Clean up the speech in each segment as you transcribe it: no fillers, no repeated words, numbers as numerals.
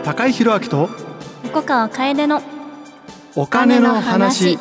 高井宏明と横川楓のお金の話。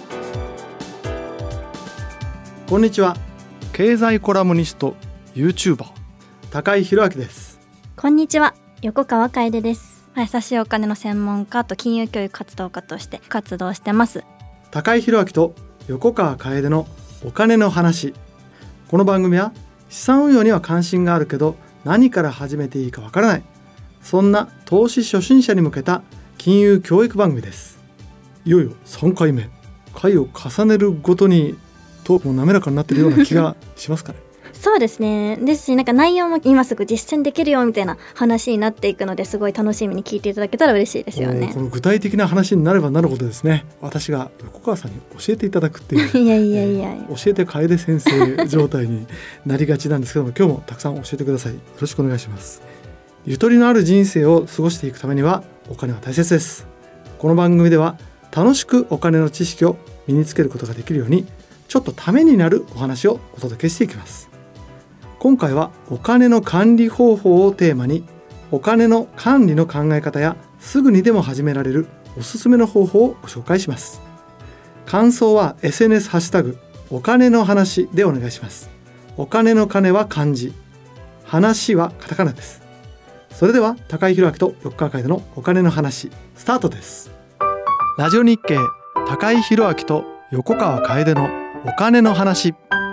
こんにちは。経済コラムニスト YouTuber 高井宏明です。 こんにちは、横川楓です。優しいお金の専門家と金融教育活動家として活動してます。 高井宏明と横川楓のお金の話。この番組は資産運用には関心があるけど何から始めていいかわからない、そんな投資初心者に向けた金融教育番組です。いよいよ3回目、回を重ねるごとにトークも滑らかになっているような気がしますかね。 そうですね。ですし、内容も今すぐ実践できるよみたいな話になっていくので、すごい楽しみに聞いていただけたら嬉しいですよね。 この具体的な話になればなるほどですね、私が横川さんに教えていただくっていういや教えて楓先生状態になりがちなんですけども、今日もたくさん教えてください。よろしくお願いします。ゆとりのある人生を過ごしていくためにはお金は大切です。この番組では楽しくお金の知識を身につけることができるように、ちょっとためになるお話をお届けしていきます。今回はお金の管理方法をテーマに、お金の管理の考え方やすぐにでも始められるおすすめの方法をご紹介します。感想は SNS ハッシュタグお金の話でお願いします。お金の金は漢字、話はカタカナです。それでは高井宏明と横川楓のお金の話、スタートです。ラジオ日経高井宏明と横川楓のお金の話。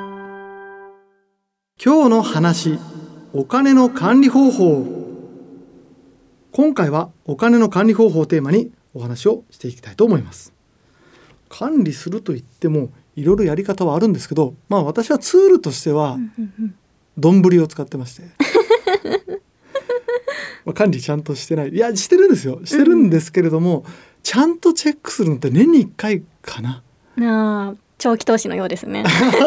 今日の話、お金の管理方法。今回はお金の管理方法をテーマにお話をしていきたいと思います。管理するといってもいろいろやり方はあるんですけど、私はツールとしては丼を使ってまして管理ちゃんとしてない、してるんですよ。してるんですけれども、ちゃんとチェックするのって年に1回かな。 長期投資のようですね。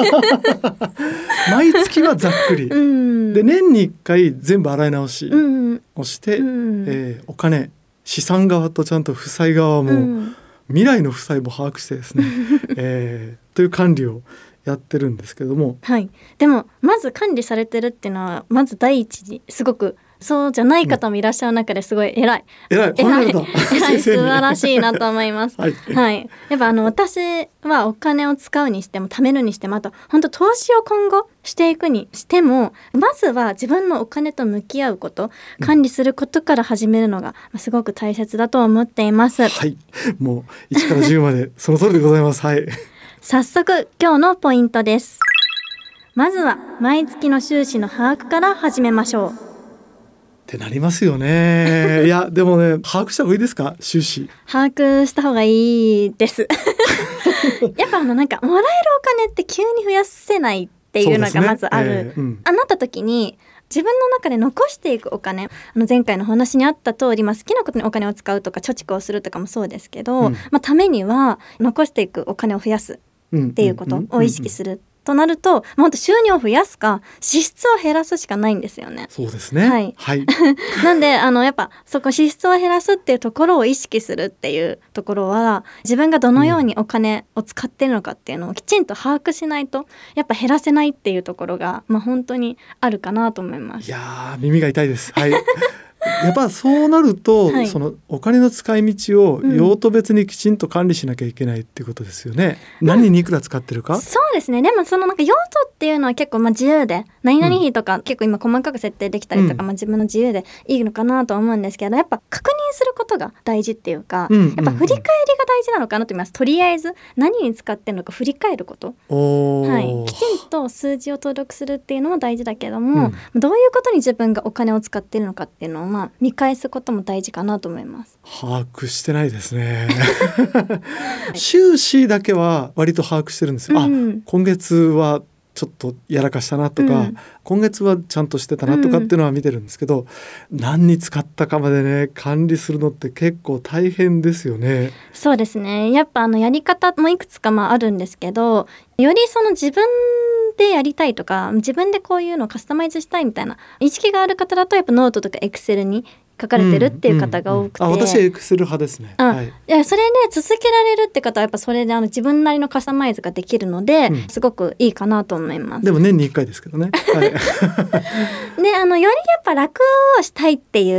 毎月はざっくり、で年に1回全部洗い直しをして、お金、資産側とちゃんと負債側も、未来の負債も把握してですね、という管理をやってるんですけれども、 でもまず管理されてるっていうのはまず第一にすごく、そうじゃない方もいらっしゃる中ですごい偉い素晴らしいなと思います。やっぱ私はお金を使うにしても貯めるにしても、あと本当投資を今後していくにしても、まずは自分のお金と向き合うこと、管理することから始めるのがすごく大切だと思っています。 もう1から10までその通りでございます。 早速今日のポイントです。まずは毎月の収支の把握から始めましょうってなりますよね。でもね、把握した方がいいですか？収支把握した方がいいですやっぱもらえるお金って急に増やせないっていうのがまずある、なった時に自分の中で残していくお金、前回の話にあった通り、好きなことにお金を使うとか貯蓄をするとかもそうですけど、ためには残していくお金を増やすっていうことを意識するとなると、本当収入を増やすか支出を減らすしかないんですよね。 そうですね。 なんでやっぱそこ支出を減らすっていうところを意識するっていうところは、自分がどのようにお金を使ってるのかっていうのをきちんと把握しないとやっぱ減らせないっていうところが、本当にあるかなと思います。 耳が痛いです。やっぱそうなると、そのお金の使い道を用途別にきちんと管理しなきゃいけないっていうことですよね。何にいくら使ってるか。 そうですね。でもその用途っていうのは結構自由で、何々費とか結構今細かく設定できたりとか、自分の自由でいいのかなと思うんですけど、やっぱ確認することが大事っていうか、やっぱ振り返りが大事なのかなと思います。とりあえず何に使ってるのか振り返ること、きちんと数字を登録するっていうのも大事だけども、どういうことに自分がお金を使ってるのかっていうのを見返すことも大事かなと思います。 把握してないですね収支だけは割と把握してるんですよ。今月はちょっとやらかしたなとか、今月はちゃんとしてたなとかっていうのは見てるんですけど、何に使ったかまでね管理するのって結構大変ですよね。 そうですね。やっぱやり方もいくつかあるんですけど、よりその自分でやりたいとか、自分でこういうのをカスタマイズしたいみたいな意識がある方だと、やっぱノートとかエクセルに書かれてるっていう方が多くて、 私はエクセル派ですね。 いやそれで続けられるって方はやっぱそれで自分なりのカスタマイズができるので、すごくいいかなと思います。 でも年に1回ですけどね。 でよりやっぱ楽をしたいっていう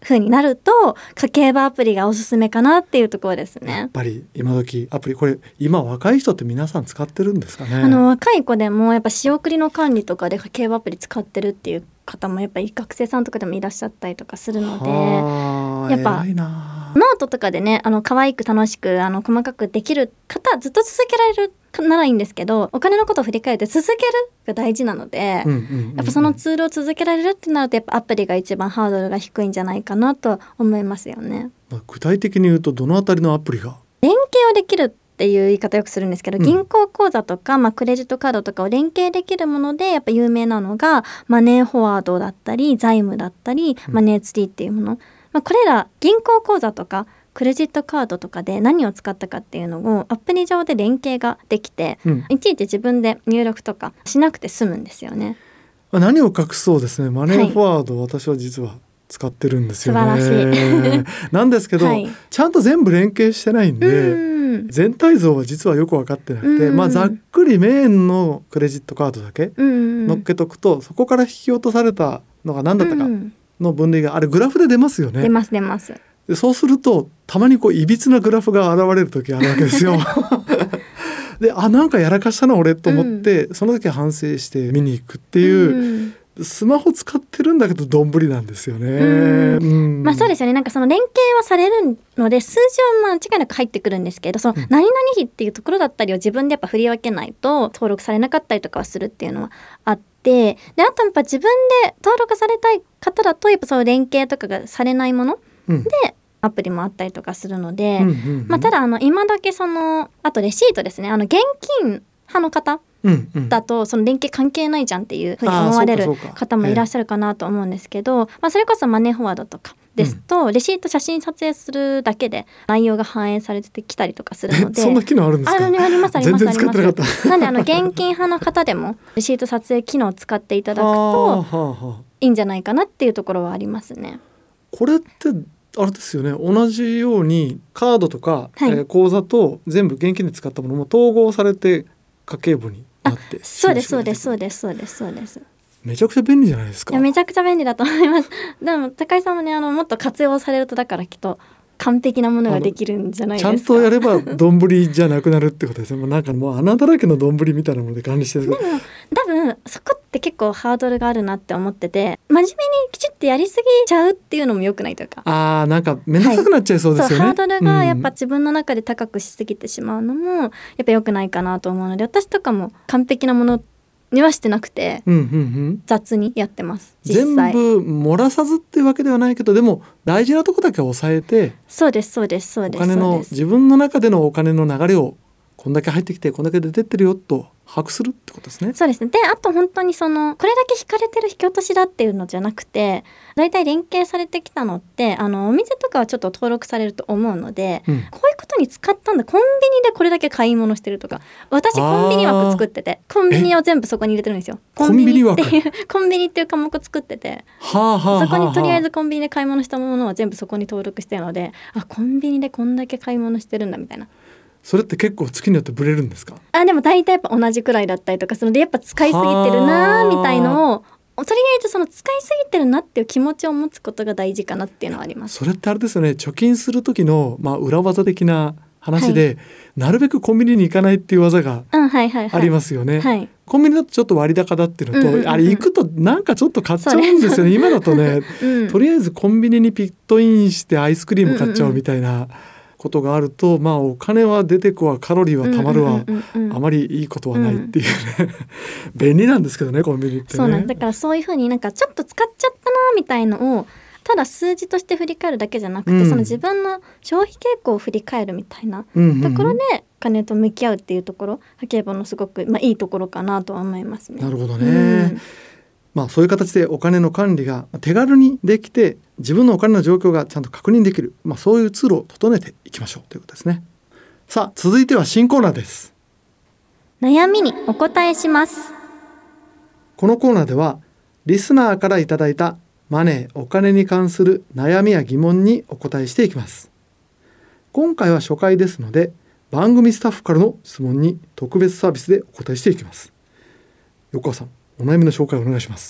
風になると家計簿アプリがおすすめかなっていうところですね。 やっぱり今時アプリ、これ今若い人って皆さん使ってるんですかね。 若い子でもやっぱ仕送りの管理とかで家計簿アプリ使ってるっていう方もやっぱり学生さんとかでもいらっしゃったりとかするので、やっぱ偉いな。 ノートとかでね可愛く楽しく細かくできる方ずっと続けられるならいいんですけど、お金のことを振り返って続けるが大事なので、やっぱそのツールを続けられるってなるとやっぱアプリが一番ハードルが低いんじゃないかなと思いますよね。 具体的に言うとどのあたりのアプリが連携をできるっていう言い方よくするんですけど、銀行口座とか、クレジットカードとかを連携できるものでやっぱ有名なのがマネーフォワードだったり財務だったりマネーツリーっていうもの、これら銀行口座とかクレジットカードとかで何を使ったかっていうのをアプリ上で連携ができて、いちいち自分で入力とかしなくて済むんですよね。 何を隠そうですね、マネーフォワード、私は実は使ってるんですよね。 素晴らしいなんですけど、ちゃんと全部連携してないんで、全体像は実はよく分かってなくて、ざっくりメインのクレジットカードだけ乗っけとくと、そこから引き落とされたのが何だったかの分類があれグラフで出ますよね。 出ます。 でそうするとたまにいびつなグラフが現れる時あるわけですよ。でなんかやらかしたな俺と思って、その時反省して見に行くっていう、スマホ使ってるんだけどどんぶりなんですよね。 そうですよね。なんかその連携はされるので数字は間違いなく入ってくるんですけど、その何々費っていうところだったりを自分でやっぱ振り分けないと登録されなかったりとかはするっていうのはあって、であとやっぱ自分で登録されたい方だとやっぱその連携とかがされないもので、アプリもあったりとかするので、ただ今だけあとレシートですね、現金派の方だとその連携関係ないじゃんっていうふうに思われる方もいらっしゃるかなと思うんですけど、それこそマネーフォワードとかですと、レシート写真撮影するだけで内容が反映されてきたりとかするので。 そんな機能あるんですか？ あります全然使ってなかった。 なんで現金派の方でもレシート撮影機能を使っていただくといいんじゃないかなっていうところはありますね。 これってあれですよね、同じようにカードとか、口座と全部現金で使ったものも統合されて家計簿になって、 そうです。 めちゃくちゃ便利じゃないですか。 いやめちゃくちゃ便利だと思います。でも高井さんもねもっと活用されるとだからきっと完璧なものができるんじゃないですか。 ちゃんとやれば丼じゃなくなるってことですね。もう穴だらけの丼みたいなもので管理してる。 でも多分そこって結構ハードルがあるなって思ってて、真面目にきちっとやりすぎちゃうっていうのも良くないというか、 なんか面倒くさくなっちゃいそうですよね。 ハードルがやっぱ自分の中で高くしすぎてしまうのもやっぱ良くないかなと思うので、私とかも完璧なものにはしてなくて、雑にやってます。実際全部漏らさずっていうわけではないけど、でも大事なとこだけ抑えて、 そうです。お金の自分の中でのお金の流れをこんだけ入ってきてこんだけ出てってるよと把握するってことですね。 そうですね。であと本当にこれだけ引かれてる引き落としだっていうのじゃなくて、だいたい連携されてきたのってお店とかはちょっと登録されると思うので、こういうことに使ったんだ、コンビニでこれだけ買い物してるとか、私コンビニ枠作っててコンビニを全部そこに入れてるんですよ。コンビニっていう科目作ってて、そこにとりあえずコンビニで買い物したものは全部そこに登録してるので、コンビニでこんだけ買い物してるんだみたいな。 それって結構月によってブレるんですか？ でも大体やっぱ同じくらいだったりとかするので、やっぱ使いすぎてるなみたいのを、とりあえずその使いすぎてるなっていう気持ちを持つことが大事かなっていうのはあります。 それってあれですよね、貯金する時の、裏技的な話で、なるべくコンビニに行かないっていう技がありますよね。コンビニだとちょっと割高だっていうのと、あれ行くとなんかちょっと買っちゃうんですよね。今だとね、とりあえずコンビニにピットインしてアイスクリーム買っちゃうみたいなことがあると、お金は出てくわカロリーはたまるわ、あまりいいことはないっていうね、便利なんですけどねコンビニってね。 そうなんだから、そういう風になんかちょっと使っちゃったなみたいのをただ数字として振り返るだけじゃなくて、その自分の消費傾向を振り返るみたいなところで金と向き合うっていうところ、家計簿のすごく、いいところかなとは思いますね。 なるほどね。そういう形でお金の管理が手軽にできて、自分のお金の状況がちゃんと確認できる、そういうツールを整えていきましょうということですね。さあ続いては新コーナーです。 悩みにお答えします。 このコーナーではリスナーからいただいたマネー、お金に関する悩みや疑問にお答えしていきます。今回は初回ですので、番組スタッフからの質問に特別サービスでお答えしていきます。横川さん、お悩みの紹介をお願いします。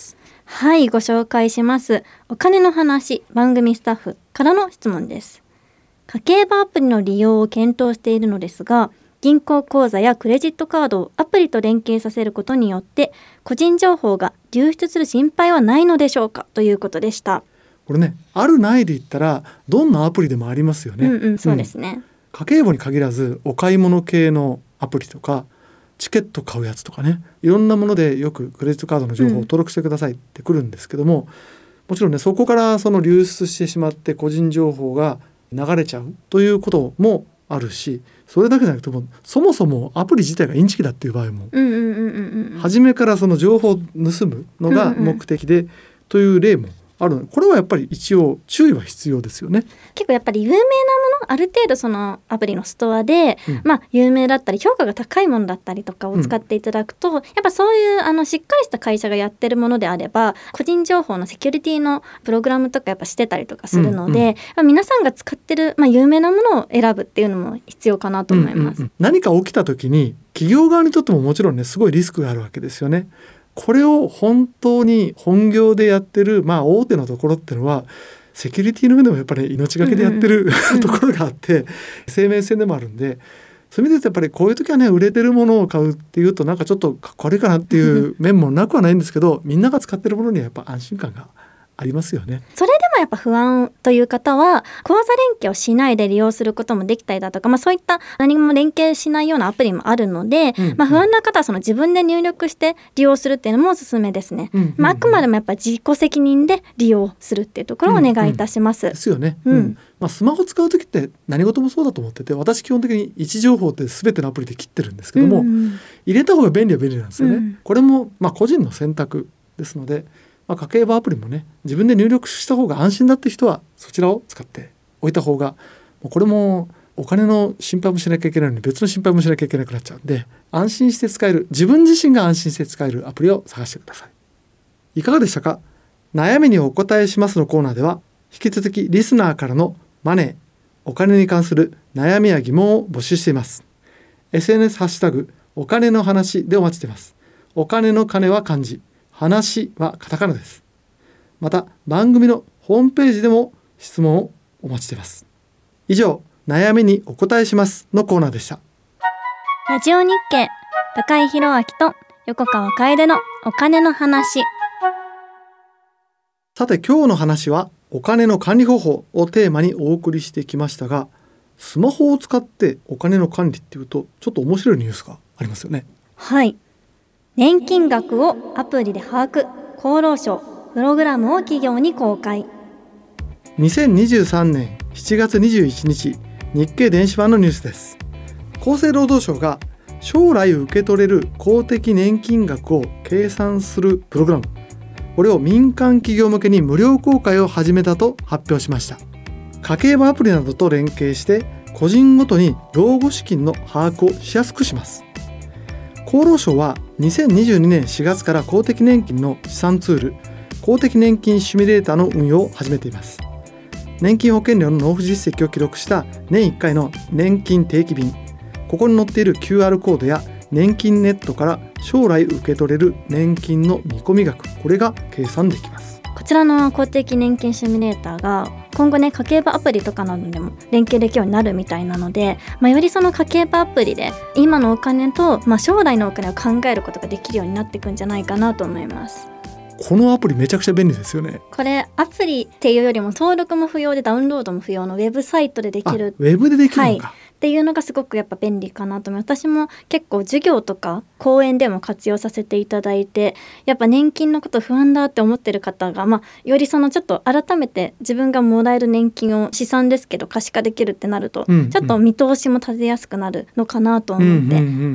はい、ご紹介します。お金の話、番組スタッフからの質問です。家計簿アプリの利用を検討しているのですが、銀行口座やクレジットカードをアプリと連携させることによって個人情報が流出する心配はないのでしょうか、ということでした。 これね、あるないで言ったらどんなアプリでもありますよね。 そうですね、 家計簿に限らずお買い物系のアプリとかチケット買うやつとかね、いろんなものでよくクレジットカードの情報を登録してくださいってくるんですけども、もちろんね、そこからその流出してしまって個人情報が流れちゃうということもあるし、それだけじゃなくてもそもそもアプリ自体がインチキだっていう場合も、初めからその情報を盗むのが目的でという例もあるので、これはやっぱり一応注意は必要ですよね。 結構やっぱり有名なもの、ある程度そのアプリのストアで、有名だったり評価が高いものだったりとかを使っていただくと、やっぱそういうしっかりした会社がやってるものであれば個人情報のセキュリティのプログラムとかやっぱしてたりとかするので、皆さんが使ってる、有名なものを選ぶっていうのも必要かなと思います。 何か起きた時に企業側にとってももちろんね、すごいリスクがあるわけですよね。これを本当に本業でやってる、大手のところっていうのはセキュリティの上でもやっぱり命がけでやってる、ところがあって生命線でもあるんで、そういう意味でやっぱりこういう時はね、売れてるものを買うっていうとなんかちょっとかっこ悪いかなっていう面もなくはないんですけど、みんなが使ってるものにはやっぱ安心感がありますよね。 それでもやっぱ不安という方は口座連携をしないで利用することもできたりだとか、そういった何も連携しないようなアプリもあるので、不安な方はその自分で入力して利用するっていうのもおすすめですね。あくまでもやっぱ自己責任で利用するっていうところをお願いいたします。 ですよね。スマホ使う時って何事もそうだと思ってて、私基本的に位置情報って全てのアプリで切ってるんですけども、入れた方が便利は便利なんですよね。これも個人の選択ですので、家計簿アプリもね、自分で入力した方が安心だって人はそちらを使っておいた方が、これもお金の心配もしなきゃいけないのに別の心配もしなきゃいけなくなっちゃうんで、安心して使える、自分自身が安心して使えるアプリを探してください。いかがでしたか？悩みにお答えしますのコーナーでは、引き続きリスナーからのマネー、お金に関する悩みや疑問を募集しています。 SNS ハッシュタグお金の話でお待ちしています。お金の金は漢字、話はカタカナです。また番組のホームページでも質問をお待ちしています。以上、悩みにお答えしますのコーナーでした。 ラジオ日経、高井宏明と横川楓のお金の話。 さて、今日の話はお金の管理方法をテーマにお送りしてきましたが、スマホを使ってお金の管理っていうとちょっと面白いニュースがありますよね。 はい、年金額をアプリで把握、厚労省プログラムを企業に公開。 2023年7月21日、日経電子版のニュースです。厚生労働省が将来受け取れる公的年金額を計算するプログラム、これを民間企業向けに無料公開を始めたと発表しました。家計簿アプリなどと連携して個人ごとに老後資金の把握をしやすくします。厚労省は2022年4月から公的年金の試算ツール、公的年金シミュレーターの運用を始めています。年金保険料の納付実績を記録した年1回の年金定期便、ここに載っている QR コードや年金ネットから将来受け取れる年金の見込み額、これが計算できます。 こちらの公的年金シミュレーターが今後ね、家計簿アプリとかなどでも連携できるようになるみたいなので、よりその家計簿アプリで今のお金と、将来のお金を考えることができるようになっていくんじゃないかなと思います。 このアプリめちゃくちゃ便利ですよね。 これアプリっていうよりも登録も不要でダウンロードも不要のウェブサイトでできる。 ウェブでできるのか、 っていうのがすごくやっぱ便利かなと思います。私も結構授業とか講演でも活用させていただいて、やっぱ年金のこと不安だって思ってる方が、よりそのちょっと改めて自分がもらえる年金を試算ですけど可視化できるってなると、ちょっと見通しも立てやすくなるのかなと思って、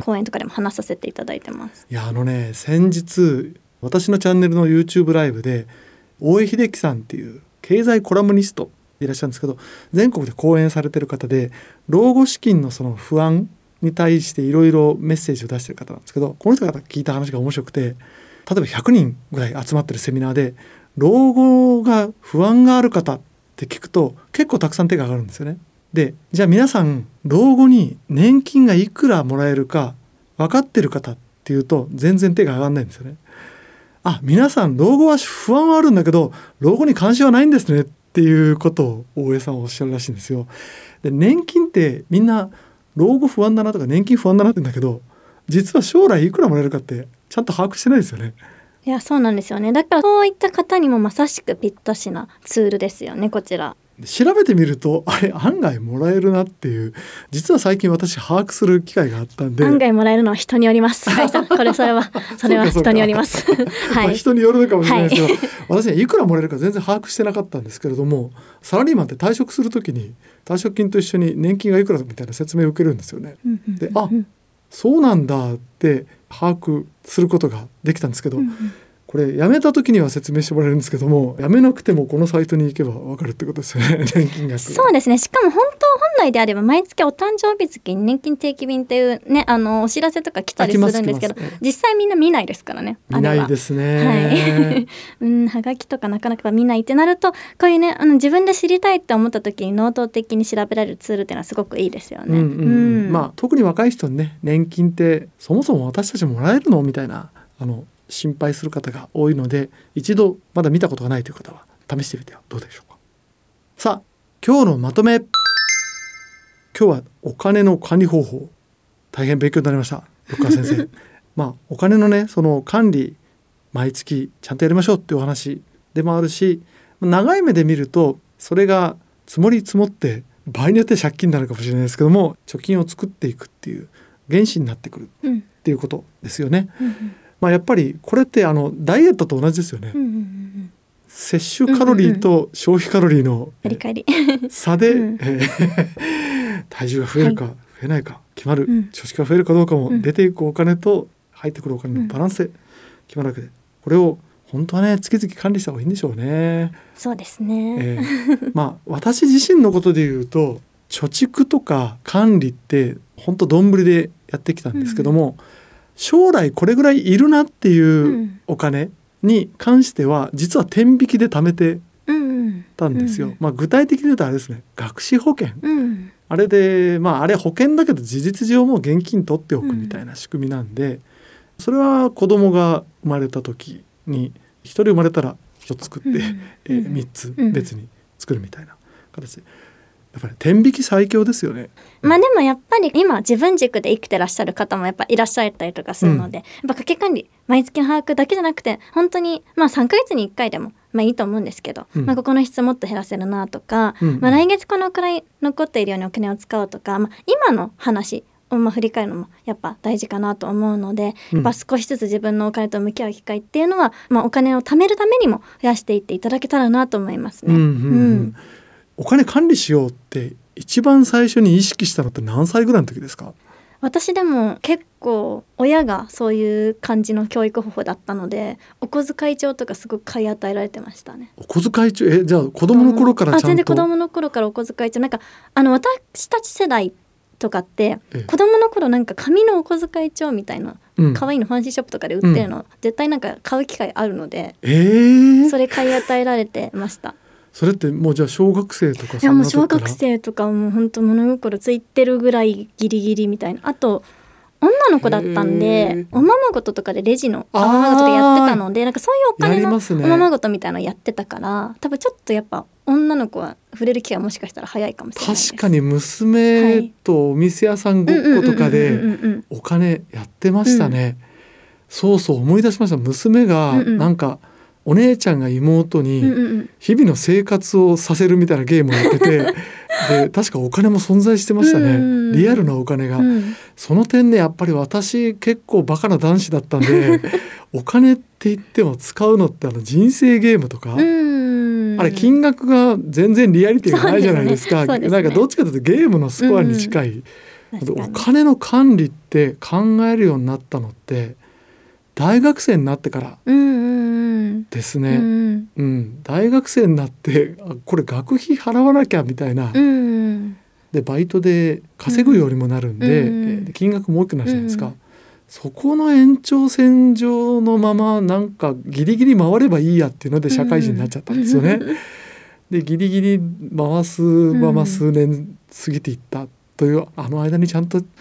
講演とかでも話させていただいてます。 いや、先日私のチャンネルの YouTube ライブで大江秀樹さんっていう経済コラムニストいらっしゃるんですけど、全国で講演されている方で、老後資金のその不安に対していろいろメッセージを出している方なんですけど、この人から聞いた話が面白くて、例えば100人ぐらい集まってるセミナーで老後が不安がある方って聞くと結構たくさん手が上がるんですよね。で、じゃあ皆さん老後に年金がいくらもらえるか分かってる方っていうと全然手が上がらないんですよね。 皆さん老後は不安はあるんだけど老後に関心はないんですねっていうことを大江さんはおっしゃるらしいんですよ。で年金ってみんな老後不安だなとか年金不安だなって言うんだけど実は将来いくらもらえるかってちゃんと把握してないですよね。 いやそうなんですよね。だからそういった方にもまさしくぴったしなツールですよねこちら。 調べてみると案外もらえるなっていう実は最近私把握する機会があったんで案外もらえるのは人によりますそれは人によりますはい、 人によるのかもしれないですけど、 はい、 私ねいくらもらえるか全然把握してなかったんですけれどもサラリーマンって退職するときに退職金と一緒に年金がいくらみたいな説明を受けるんですよね。でそうなんだって把握することができたんですけど、これ辞めた時には説明してもらえるんですけども辞めなくてもこのサイトに行けば分かるってことですよね年金額。 そうですね。しかも本来であれば毎月お誕生日月に年金定期便っていうねお知らせとか来たりするんですけど実際みんな見ないですからね。 見ないですね、 はいはがきとかなかなか見ないってなるとこういうね自分で知りたいって思った時に能動的に調べられるツールっていうのはすごくいいですよね。 特に若い人にね年金ってそもそも私たちもらえるのみたいな心配する方が多いので一度まだ見たことがないという方は試してみてはどうでしょうか。さあ今日のまとめ。今日はお金の管理方法大変勉強になりました横川先生お金のねその管理毎月ちゃんとやりましょうっていうお話でもあるし長い目で見るとそれが積もり積もって場合によって借金になるかもしれないですけども貯金を作っていくっていう原資になってくるっていうことですよね。やっぱりこれってダイエットと同じですよね。摂取カロリーと消費カロリーの差で、体重が増えるか増えないか決まる、貯蓄が増えるかどうかも出ていくお金と入ってくるお金のバランスで決まるわけでこれを本当はね月々管理した方がいいんでしょうね。 そうですね、 私自身のことで言うと貯蓄とか管理って本当どんぶりでやってきたんですけども、将来これぐらいいるなっていうお金に関しては実は天引きで貯めてたんですよ。具体的に言うとあれですね学資保険、あれであれ保険だけど事実上もう現金取っておくみたいな仕組みなんで、それは子供が生まれた時に1人生まれたら1つ作って、3つ別に作るみたいな形でやっぱり天引き最強ですよね。 でもやっぱり今自分軸で生きてらっしゃる方もやっぱいらっしゃったりとかするので、やっぱ家計管理毎月の把握だけじゃなくて本当に3ヶ月に1回でもいいと思うんですけど、ここの質もっと減らせるなとか、来月このくらい残っているようにお金を使うとか、今の話を振り返るのもやっぱ大事かなと思うので、やっぱ少しずつ自分のお金と向き合う機会っていうのは、お金を貯めるためにも増やしていっていただけたらなと思いますね。 お金管理しようって一番最初に意識したのって何歳ぐらいの時ですか？ 私でも結構親がそういう感じの教育方法だったのでお小遣い帳とかすごく買い与えられてましたね。 お小遣い帳じゃあ子供の頃からちゃんと？ 全然子供の頃からお小遣い帳私たち世代とかって子供の頃紙のお小遣い帳みたいな可愛いのファンシーショップとかで売ってるの、絶対買う機会あるので、それ買い与えられてました。 それってもうじゃあ小学生とかいやもう小学生とかもう本当物心ついてるぐらいギリギリみたいな。あと女の子だったんでおままごととかでレジのおままごととかやってたのでそういうお金のおままごとみたいなのやってたから、多分ちょっとやっぱ女の子は触れる機会はもしかしたら早いかもしれないです。 確かに娘とお店屋さんごっことかでお金やってましたね。そう思い出しました。娘がお姉ちゃんが妹に日々の生活をさせるみたいなゲームをやっててで確かお金も存在してましたね、リアルなお金が、その点ねやっぱり私結構バカな男子だったんでお金って言っても使うのって人生ゲームとか、あれ金額が全然リアリティがないじゃないですか。どっちかというとゲームのスコアに近い、お金の管理って考えるようになったのって大学生になってからですね。大学生になってこれ学費払わなきゃみたいな、でバイトで稼ぐようにもなるんで、金額も多くなるじゃないですか。そこの延長線上のままギリギリ回ればいいやっていうので社会人になっちゃったんですよね。でギリギリ回すまま数年過ぎていったという、間にちゃんと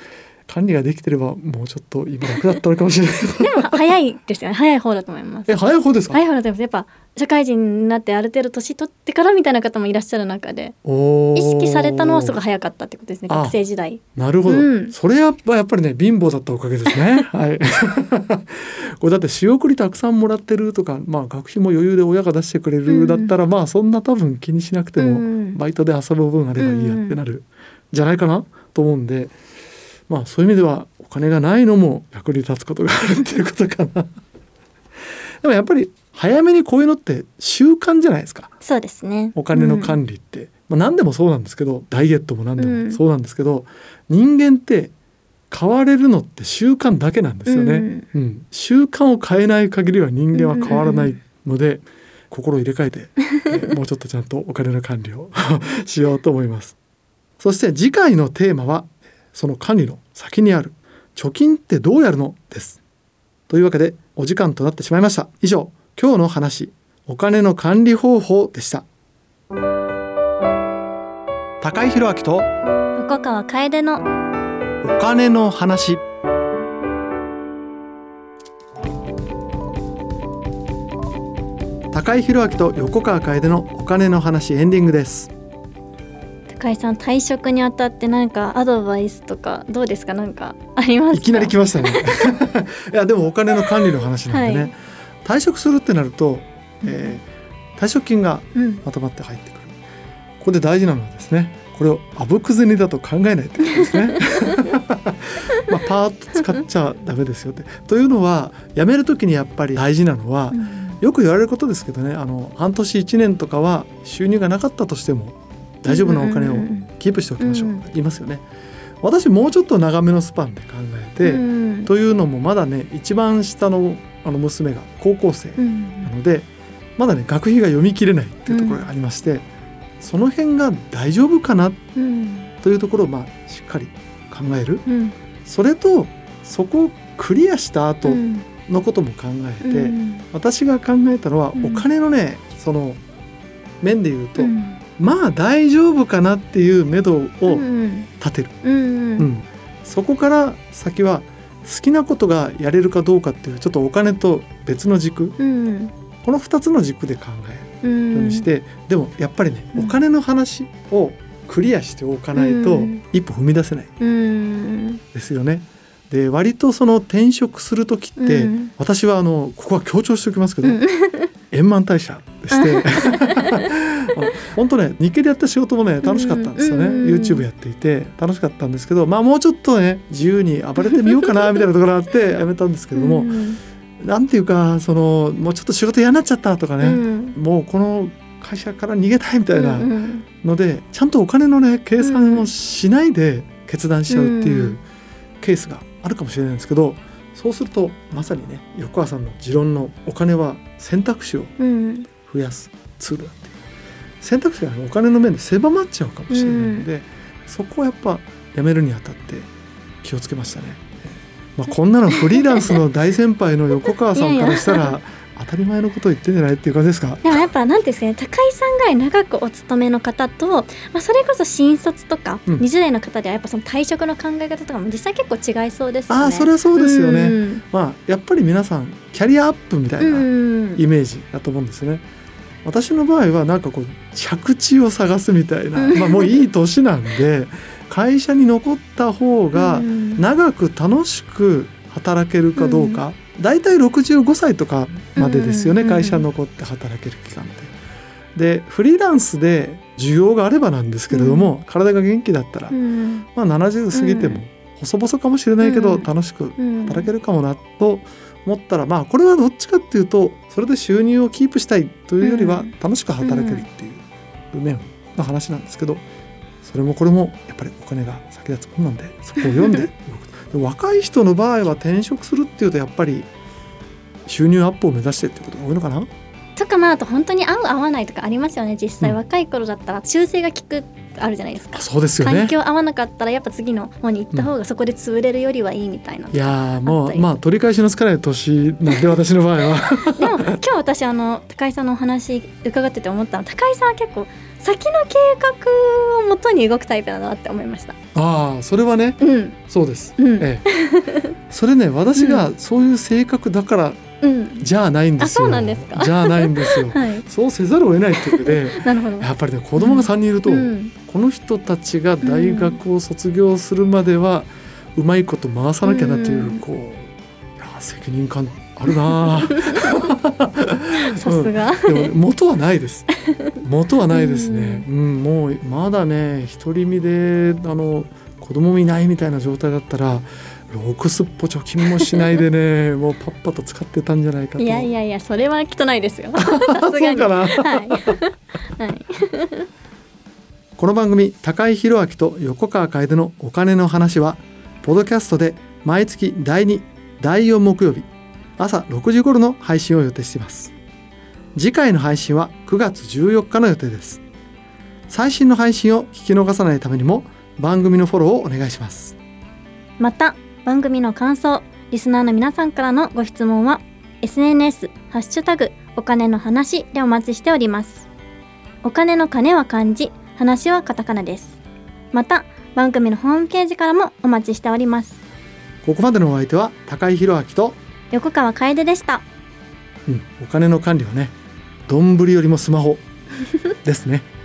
管理ができてればもうちょっと今楽だったのかもしれないでも早いですよね。早い方だと思います。 早い方ですか？ 早い方だと思います。やっぱ社会人になってある程度年取ってからみたいな方もいらっしゃる中で、意識されたのはすごい早かったってことですね。学生時代。なるほど、それやっぱりね貧乏だったおかげですねはいこれだって仕送りたくさんもらってるとか、学費も余裕で親が出してくれるだったら、そんな多分気にしなくても、バイトで遊ぶ分あればいいやってなるじゃないかなと思うんで、そういう意味ではお金がないのも役に立つことがあるっていうことかなでもやっぱり早めにこういうのって習慣じゃないですか。 そうですね。 お金の管理って、何でもそうなんですけど、ダイエットも何でもそうなんですけど、人間って変われるのって習慣だけなんですよね、習慣を変えない限りは人間は変わらないので、心を入れ替えて、もうちょっとちゃんとお金の管理をしようと思います。そして次回のテーマはその管理の先にある貯金ってどうやるのです。というわけでお時間となってしまいました。以上、今日の話、お金の管理方法でした。高井宏明と横川楓のお金の話。高井宏明と横川楓のお金の話、エンディングです。 高井さん、退職にあたって何かアドバイスとかどうですか？何かありますか？ いきなり来ましたねいやでもお金の管理の話なんでね、退職するってなると、退職金がまとまって入ってくる、ここで大事なのはですね、これをあぶく銭だと考えないってことですねパーッと使っちゃダメですよってというのは、辞めるときにやっぱり大事なのは、よく言われることですけどね、半年1年とかは収入がなかったとしても大丈夫なお金をキープしておきましょう、言いますよね。私もうちょっと長めのスパンで考えて、というのもまだね、一番下の娘が高校生なので、まだね学費が読み切れないっていうところがありまして、その辺が大丈夫かなというところをしっかり考える、それとそこをクリアした後のことも考えて、私が考えたのは、お金のねその面で言うと、大丈夫かなっていう目処を立てる、そこから先は好きなことがやれるかどうかっていう、ちょっとお金と別の軸、この2つの軸で考えるようにして、でもやっぱりね、お金の話をクリアしておかないと一歩踏み出せないですよね。で、割とその転職する時って、私はここは強調しておきますけど、円満退社でして本当ね、日系でやった仕事もね楽しかったんですよね、YouTube やっていて楽しかったんですけど、もうちょっとね自由に暴れてみようかなみたいなところがあってやめたんですけれども、なんていうか、もうちょっと仕事嫌になっちゃったとかね、もうこの会社から逃げたいみたいなので、ちゃんとお金のね計算をしないで決断しちゃうっていうケースがあるかもしれないんですけど、そうするとまさにね、横川さんの持論のお金は選択肢を増やすツールだっていう、選択肢が、お金の面で狭まっちゃうかもしれないので、そこはやっぱ辞めるにあたって気をつけましたね。こんなのフリーランスの大先輩の横川さんからしたら当たり前のことを言ってんじゃないっていう感じですか？ でもやっぱなんていうんですかね、高井さんぐらい長くお勤めの方と、それこそ新卒とか20代の方ではやっぱその退職の考え方とかも実際結構違いそうですよね。 それはそうですよね、やっぱり皆さんキャリアアップみたいなイメージだと思うんですよね。私の場合はなんかこう着地を探すみたいな、もういい年なんで会社に残った方が長く楽しく働けるかどうか、だいたい65歳とかまでですよね、会社に残って働ける期間って。でフリーランスで需要があればなんですけれども、体が元気だったら、70過ぎても細々かもしれないけど、楽しく働けるかもなと思ったら、これはどっちかっていうと、それで収入をキープしたいというよりは楽しく働けるっていう面の話なんですけど、それもこれもやっぱりお金が先立つものなんで、そこを読んで若い人の場合は転職するっていうと、やっぱり収入アップを目指してってことが多いのかなとか、あと本当に合う合わないとかありますよね。実際若い頃だったら修正が効くかあるじゃないですか。 そうですよね。 環境合わなかったらやっぱ次の方に行った方がそこで潰れるよりはいいみたいな、 いやもうまあ取り返しのつかない年なんで私の場合はでも今日私高井さんのお話伺ってて思ったの、高井さんは結構先の計画をもとに動くタイプだなって思いました。 ああそれはね、 うん、 そうです、それね私がそういう性格だから、じゃあないんですよ。 そうなんですか。 じゃあないんですよ、はい、そうせざるを得ないっていうことでなるほど。やっぱりね子供が3人いると、この人たちが大学を卒業するまではうまいこと回さなきゃなという、こういや責任感あるなさすが、 でも元はないです元はないですね、もうまだね独り身で子供もいないみたいな状態だったらろくすっぽ貯金もしないでねもうパッパと使ってたんじゃないかと。 いやそれはきっとないですよさすがに。 そうかな、 はいはい、 この番組高井宏明と横川楓のお金の話はポッドキャストで毎月第2、第4木曜日朝6時頃の配信を予定しています。次回の配信は9月14日の予定です。最新の配信を聞き逃さないためにも番組のフォローをお願いします。 また番組の感想、リスナーの皆さんからのご質問は SNS ハッシュタグお金の話でお待ちしております。お金の金は漢字、話はカタカナです。また番組のホームページからもお待ちしております。 ここまでのお相手は高井宏明と横川楓でした。 お金の管理はね、どんぶりよりもスマホですね